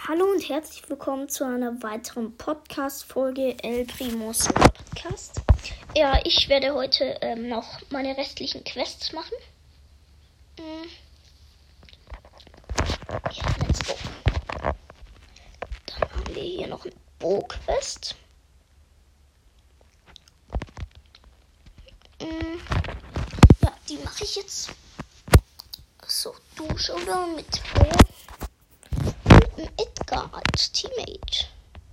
Hallo und herzlich willkommen zu einer weiteren Podcast-Folge El Primos Podcast. Ja, ich werde heute noch meine restlichen Quests machen. Ja, let's go. Dann haben wir hier noch eine Bo-Quest. Ja, die mache ich jetzt. So, Showdown mit Bo. Edgar als Teammate.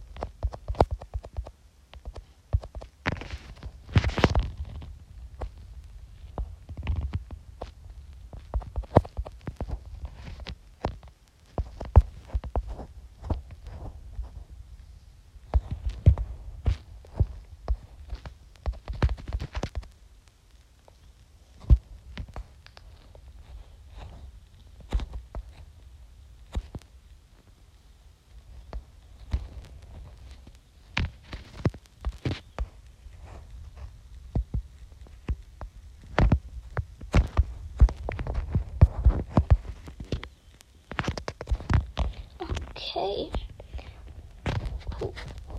Okay. Cool.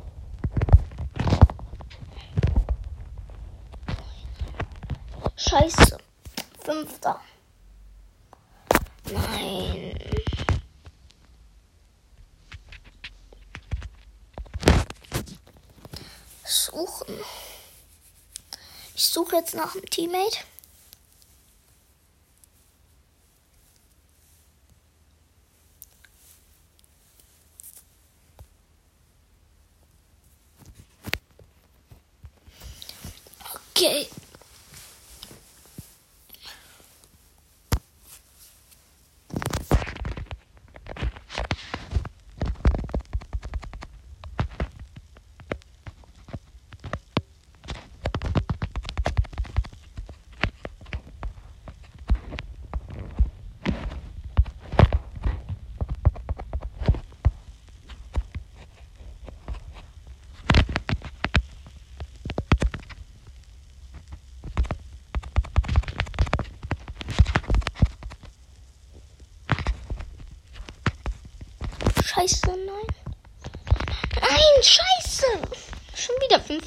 Scheiße. 5. Nein. Suchen. Ich suche jetzt nach einem Teammate. Okay. Scheiße, nein. Nein, scheiße. Schon wieder 5.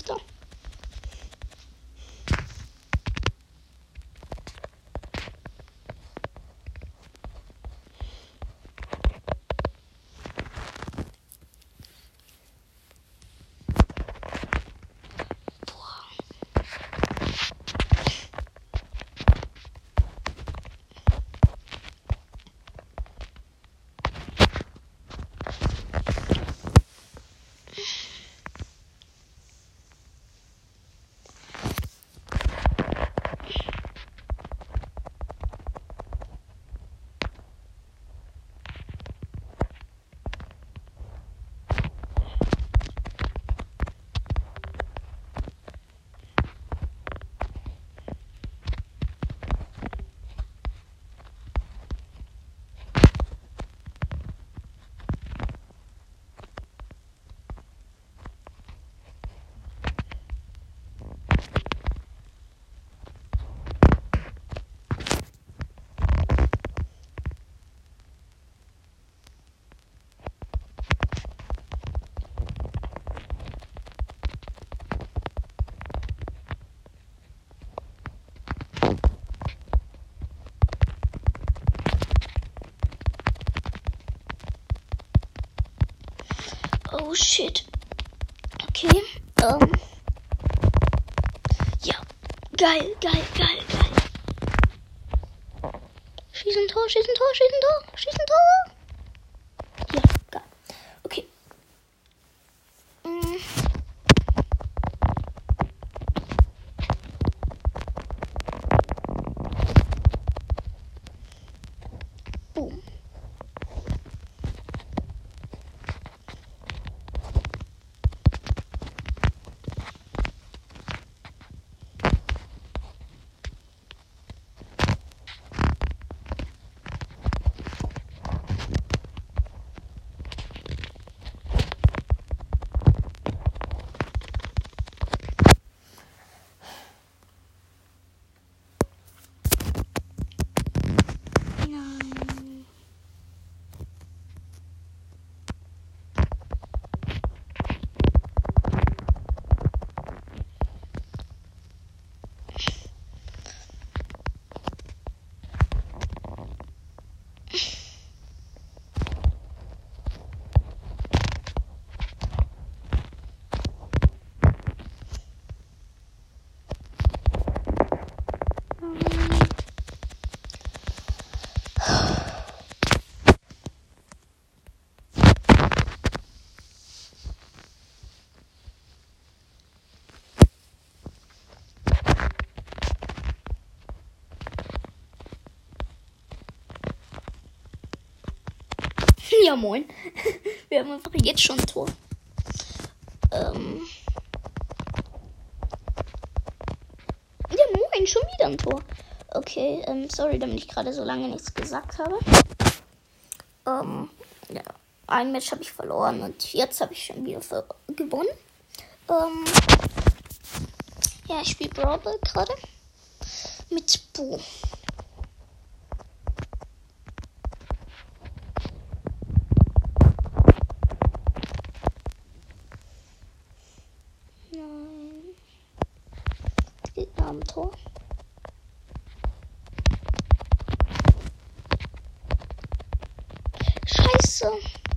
Oh shit. Okay. Ja. Geil. Schießen Tor. Ja, geil. Okay. Boom. Ja, moin. Wir haben einfach jetzt schon ein Tor. Ja, moin, schon wieder ein Tor. Okay, sorry, damit ich gerade so lange nichts gesagt habe. Ja, ein Match habe ich verloren und jetzt habe ich schon wieder gewonnen. Ja, ich spiele Brawl Ball gerade mit Bo. Nein. Gegner am Tor. Scheiße.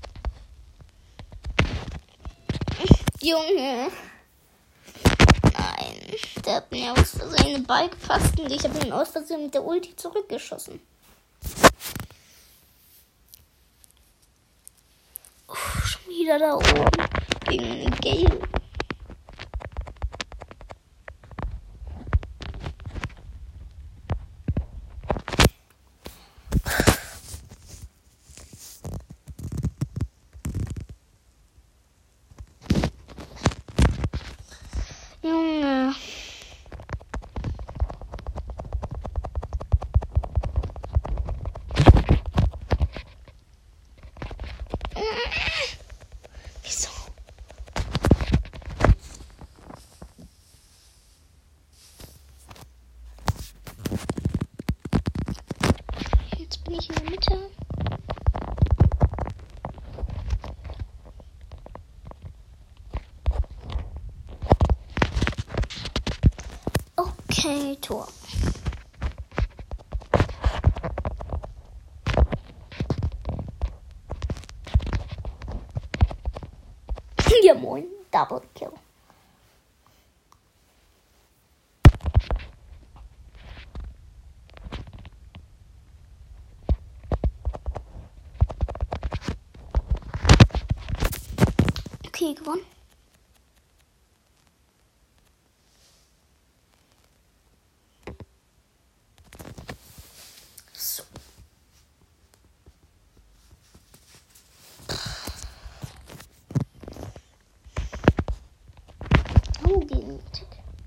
Junge. Nein. Der hat mir aus Versehen einen Ball gepasst und ich habe ihn aus Versehen mit der Ulti zurückgeschossen. Schon wieder da oben. Gegen Gale. Junge. Wieso? Jetzt bin ich in der Mitte. Okay, Tor. Ja, moin. Double Kill. Okay, gewonnen. So. Oh, gegen Tick.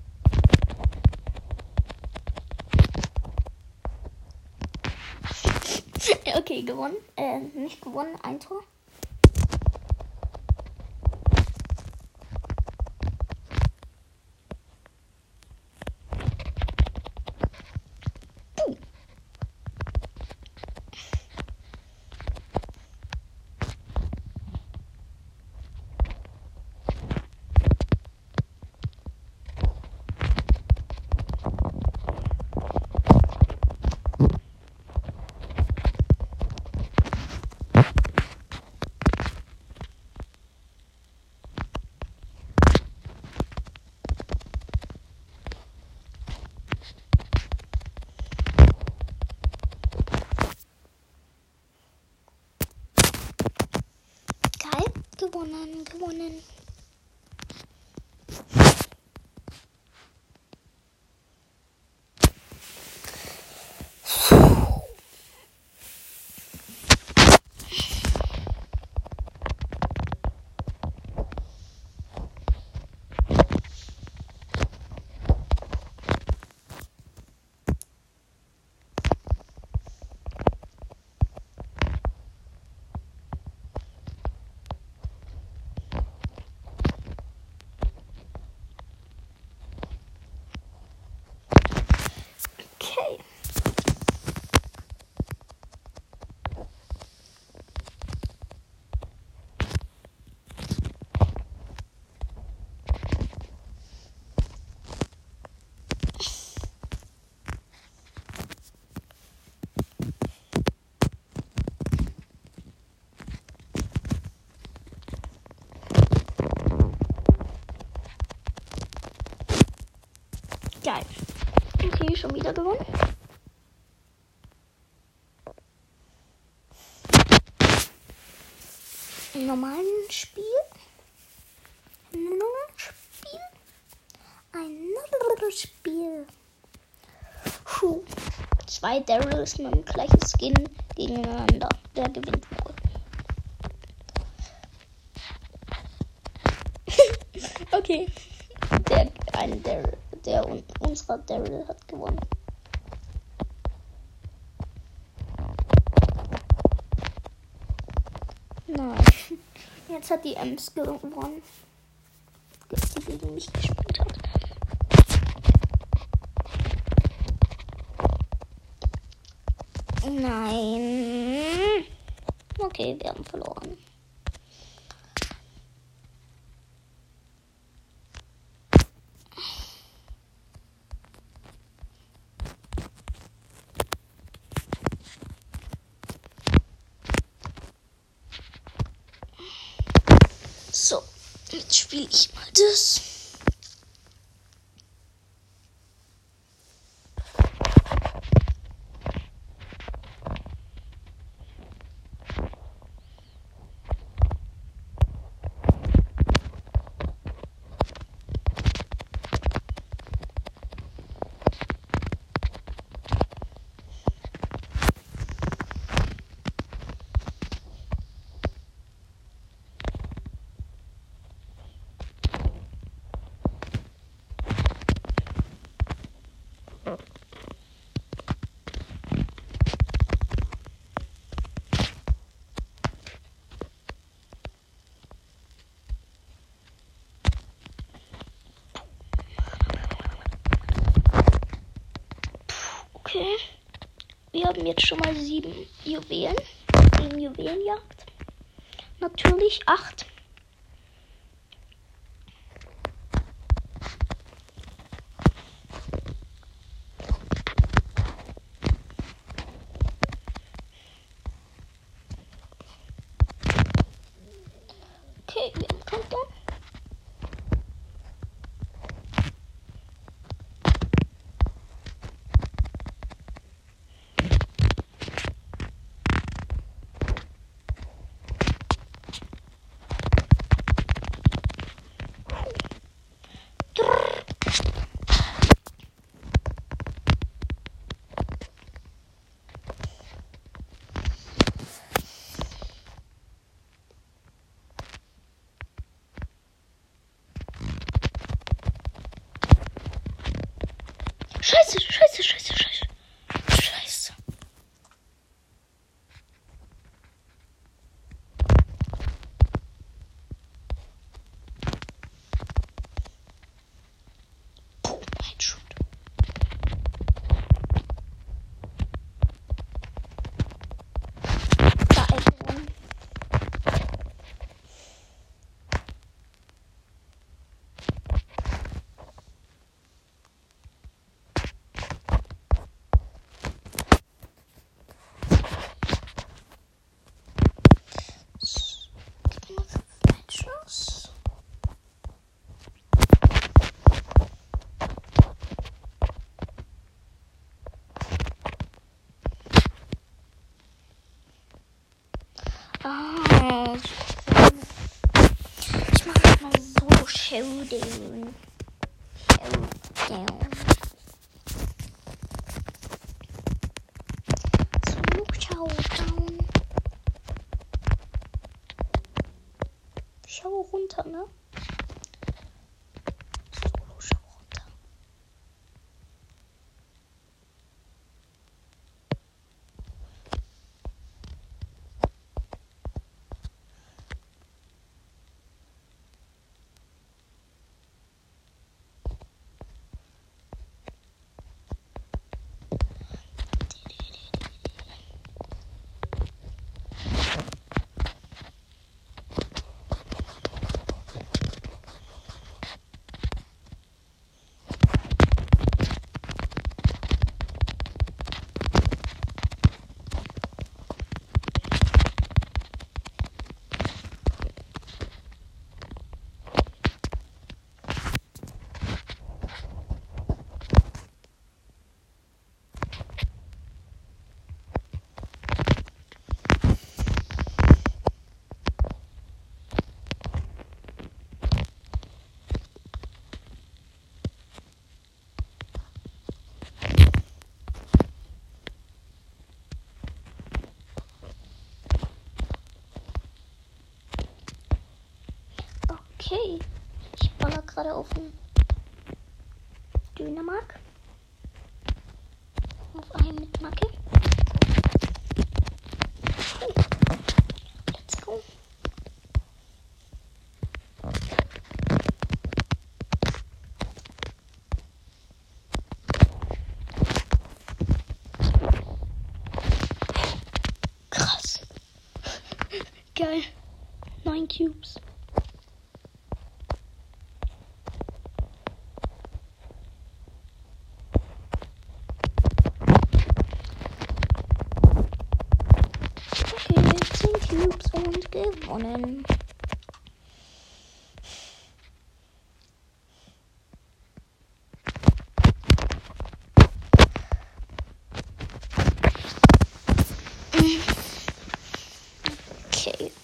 Okay, gewonnen. Nicht gewonnen, ein Tor. Gewonnen. Okay. Geil. Okay, schon wieder gewonnen. Im normalen Spiel. Ein Spiel. Puh. 2 Daryls mit dem gleichen Skin gegeneinander. Der gewinnt wohl. Okay. Unserer Daryl hat gewonnen. Nein. Jetzt hat die Ems gewonnen. Die gegen mich gespielt hat. Nein. Okay, wir haben verloren. So, jetzt spiele ich mal das. Okay. Wir haben jetzt schon mal 7 Juwelen. 7 Juwelenjagd. Natürlich 8. Okay, wir haben Countdown. Scheiße. Puh, mein Schutt. Da gewonnen. Ah, ich mache mal so Showdown. Showdown. Schau runter, ne? Solo, schau runter. Okay, ich baller gerade auf den Dönermark. Auf einen mit Macke. Let's go. Krass. Geil. 9 Cubes. Okay, 10 Cubes und gewonnen. Okay.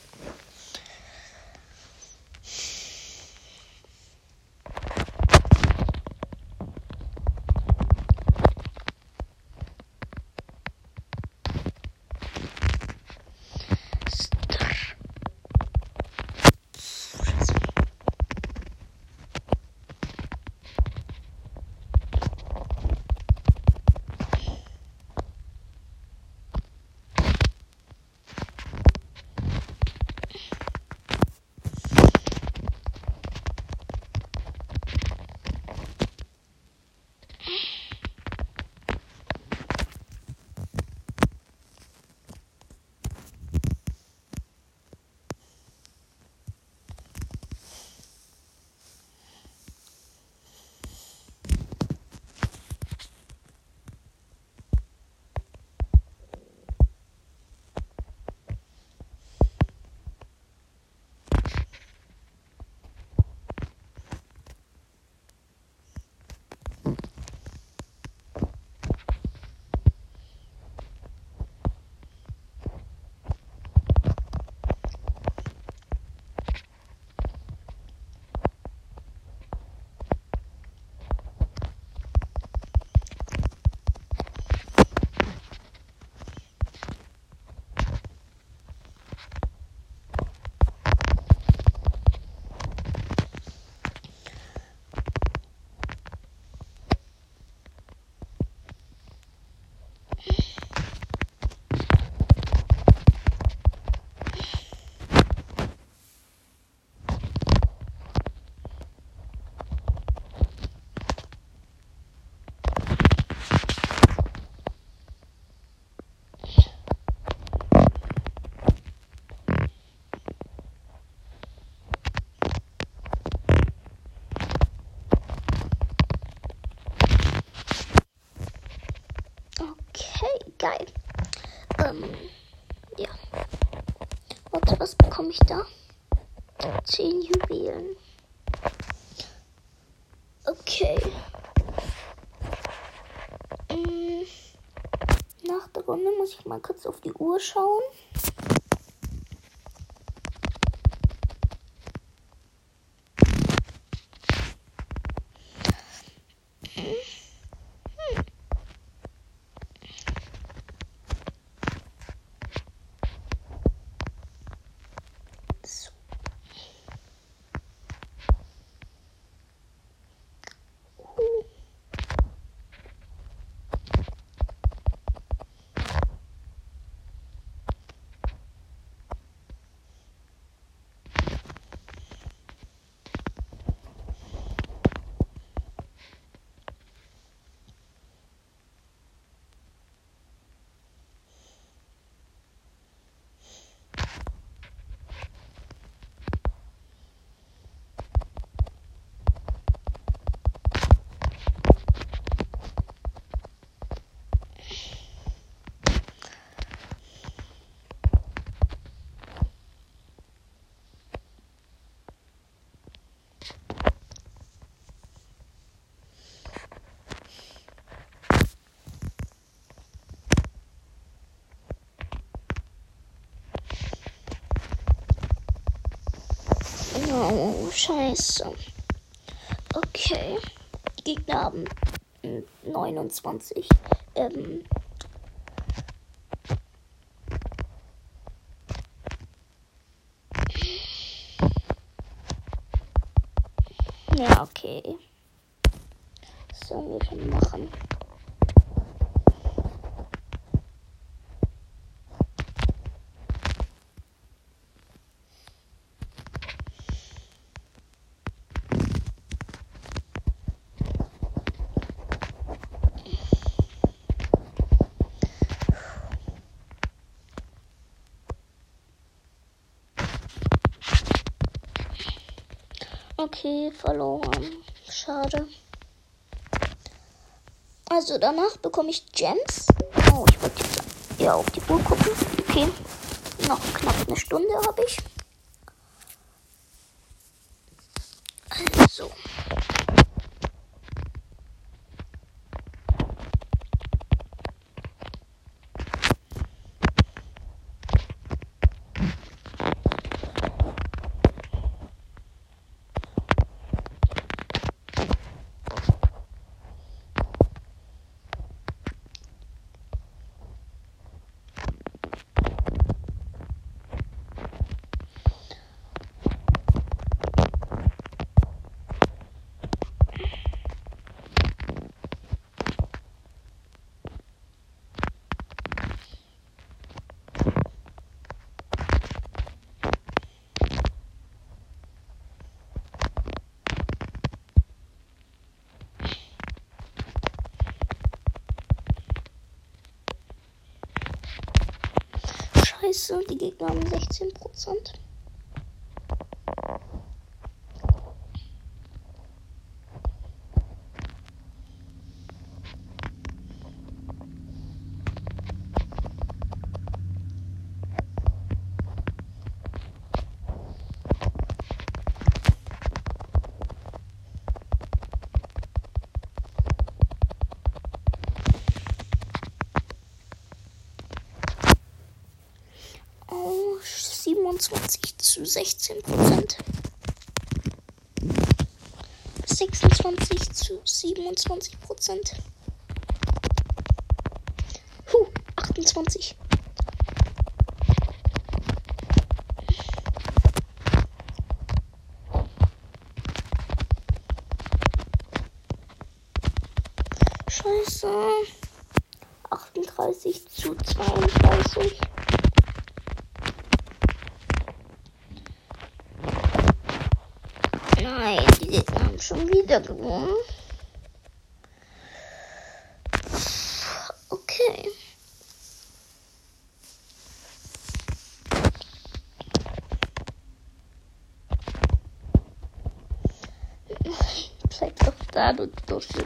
Okay, geil. Ja. Warte, was bekomme ich da? 10 Juwelen. Okay. Nach der Runde muss ich mal kurz auf die Uhr schauen. So. Oh, scheiße. Okay. Die Gegner haben 29. Ja, okay. Das sollen wir schon machen. Okay, verloren. Schade. Also danach bekomme ich Gems. Oh, ich wollte jetzt ja auf die Uhr gucken. Okay. Noch knapp eine Stunde habe ich. Also. Scheiße, die Gegner haben 16%. Oh, 27:16%. 26:27%. 28. Scheiße. 38:32. Nein, die Gegner haben schon wieder gewonnen. Okay. Bleib doch da, du Dusche.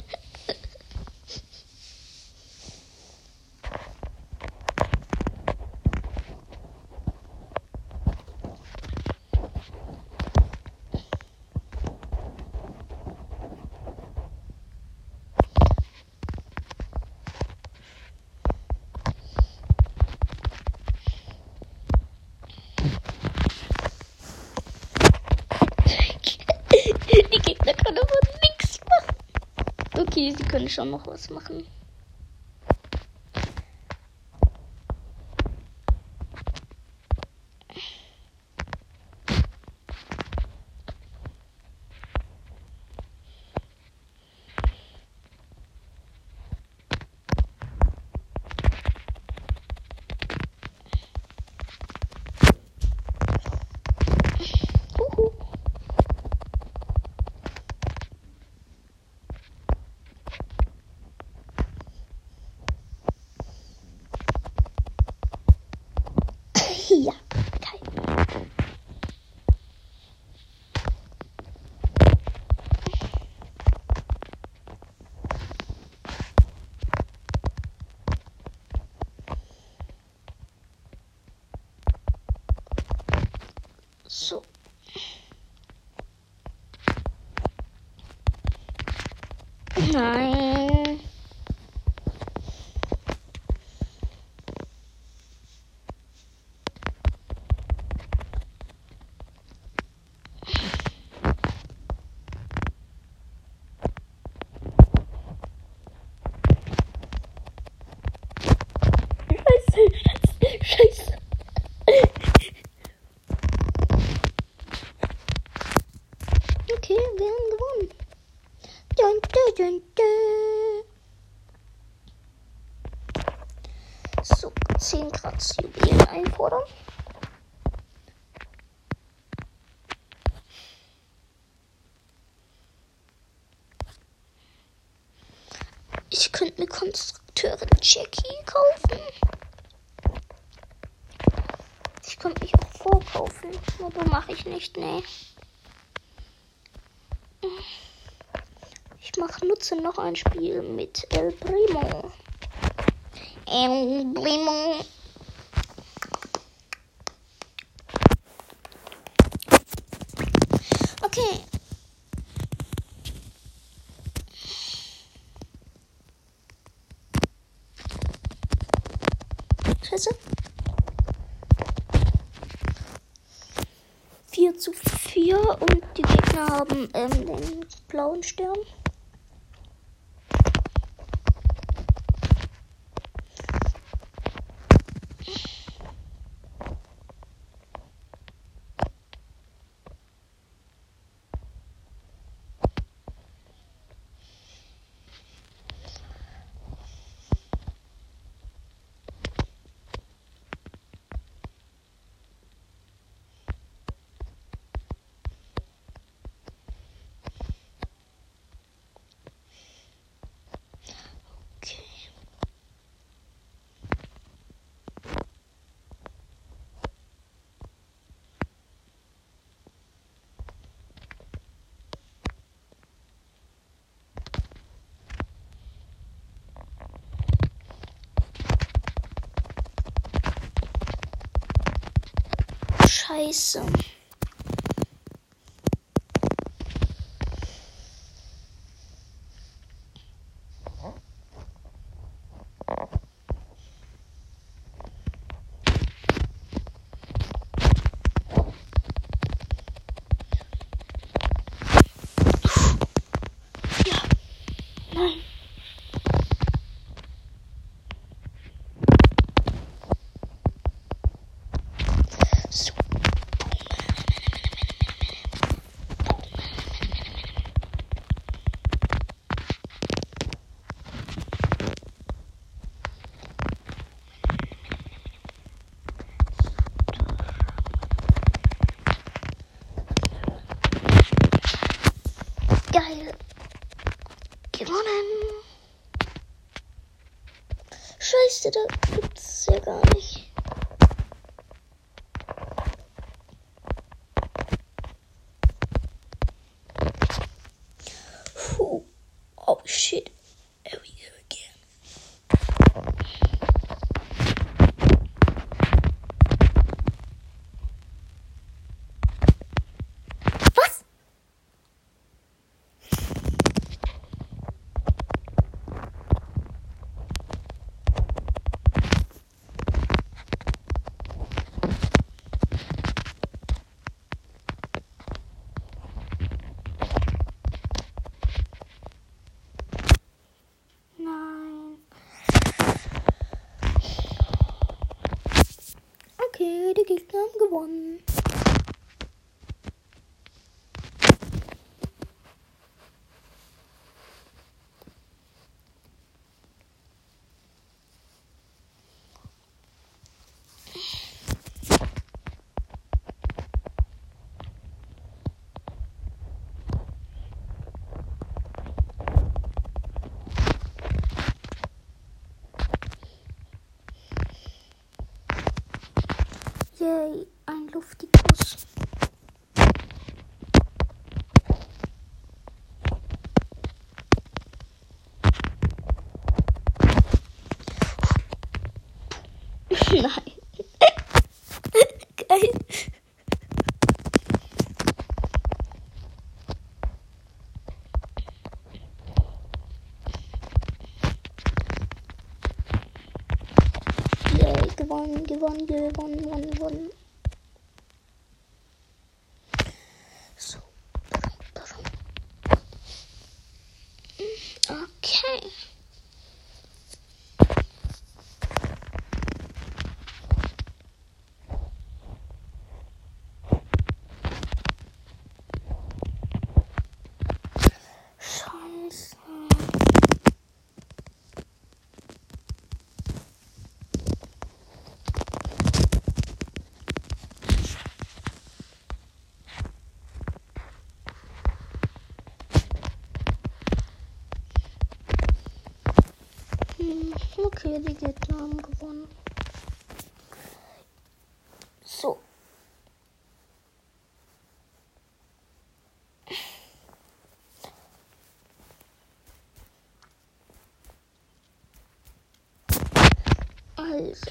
Die Gegner können aber nichts machen. Okay, sie können schon noch was machen. Ja, geil. So. Nein. Scheiße. Okay, wir haben dun, dun. So, 10 Grad Juwelen einfordern. Ich könnte mir Konstrukteurin Jackie kaufen. Ich könnte mich auch vorkaufen, aber mache ich nicht, ne. Ich nutze noch ein Spiel mit El Primo. El Primo. Okay. Scheiße. 4:4 und die Gegner haben den blauen Stern. Scheiße. Ja. Nein. So. Geil. Gewonnen. Scheiße, da gibt's ja gar nicht. Puh. Oh shit. Here we go again. Was? Nein. Okay, die Gegner haben gewonnen. Yay, ein Luftikus. Nein. Geil. Yay, gewonnen. So. Okay. Scheiße. Okay, die Gegner haben gewonnen. So. Also.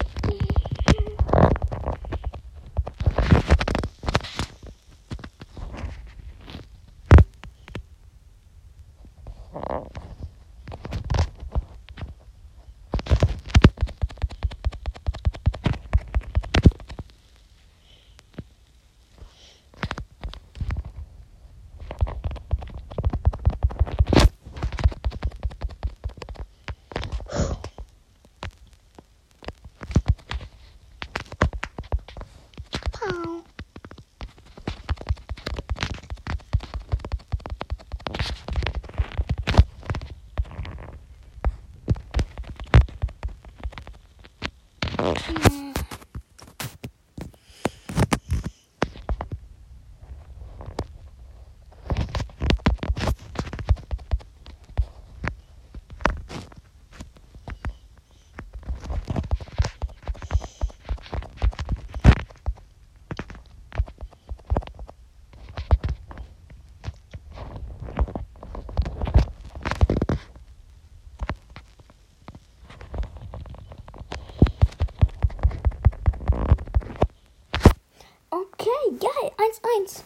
Okay, geil. 1-1.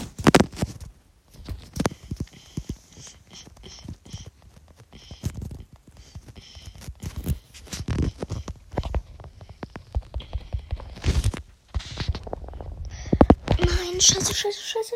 Nein, scheiße.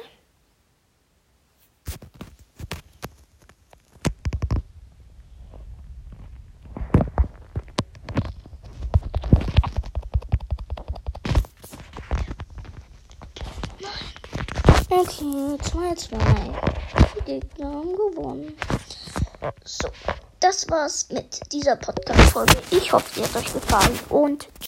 Okay, 2-2. Die Gegner haben gewonnen. So, das war's mit dieser Podcast-Folge. Ich hoffe, sie hat euch gefallen und